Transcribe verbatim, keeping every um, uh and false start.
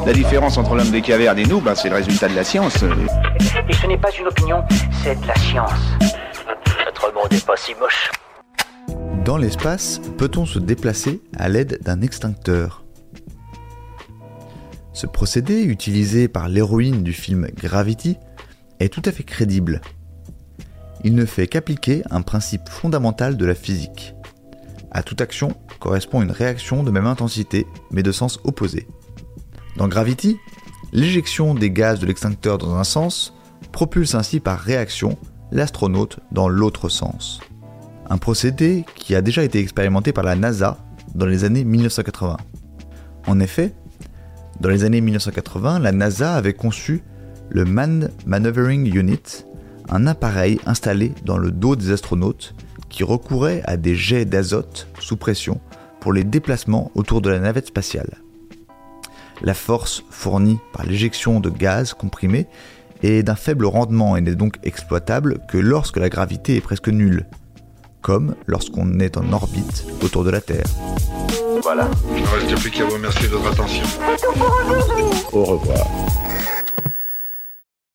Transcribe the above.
La différence entre l'homme des cavernes et nous, ben, c'est le résultat de la science. Et ce n'est pas une opinion, c'est de la science. Notre monde n'est pas si moche. Dans l'espace, peut-on se déplacer à l'aide d'un extincteur ? Ce procédé, utilisé par l'héroïne du film Gravity, est tout à fait crédible. Il ne fait qu'appliquer un principe fondamental de la physique. À toute action correspond une réaction de même intensité, mais de sens opposé. Dans Gravity, l'éjection des gaz de l'extincteur dans un sens propulse ainsi par réaction l'astronaute dans l'autre sens. Un procédé qui a déjà été expérimenté par la NASA dans les années mille neuf cent quatre-vingts. En effet, dans les années mille neuf cent quatre-vingts, la NASA avait conçu le Manned Maneuvering Unit, un appareil installé dans le dos des astronautes qui recourait à des jets d'azote sous pression pour les déplacements autour de la navette spatiale. La force fournie par l'éjection de gaz comprimé est d'un faible rendement et n'est donc exploitable que lorsque la gravité est presque nulle, comme lorsqu'on est en orbite autour de la Terre. Voilà. Il ne reste plus qu'à vous remercier de votre attention. C'est tout pour aujourd'hui. Au revoir.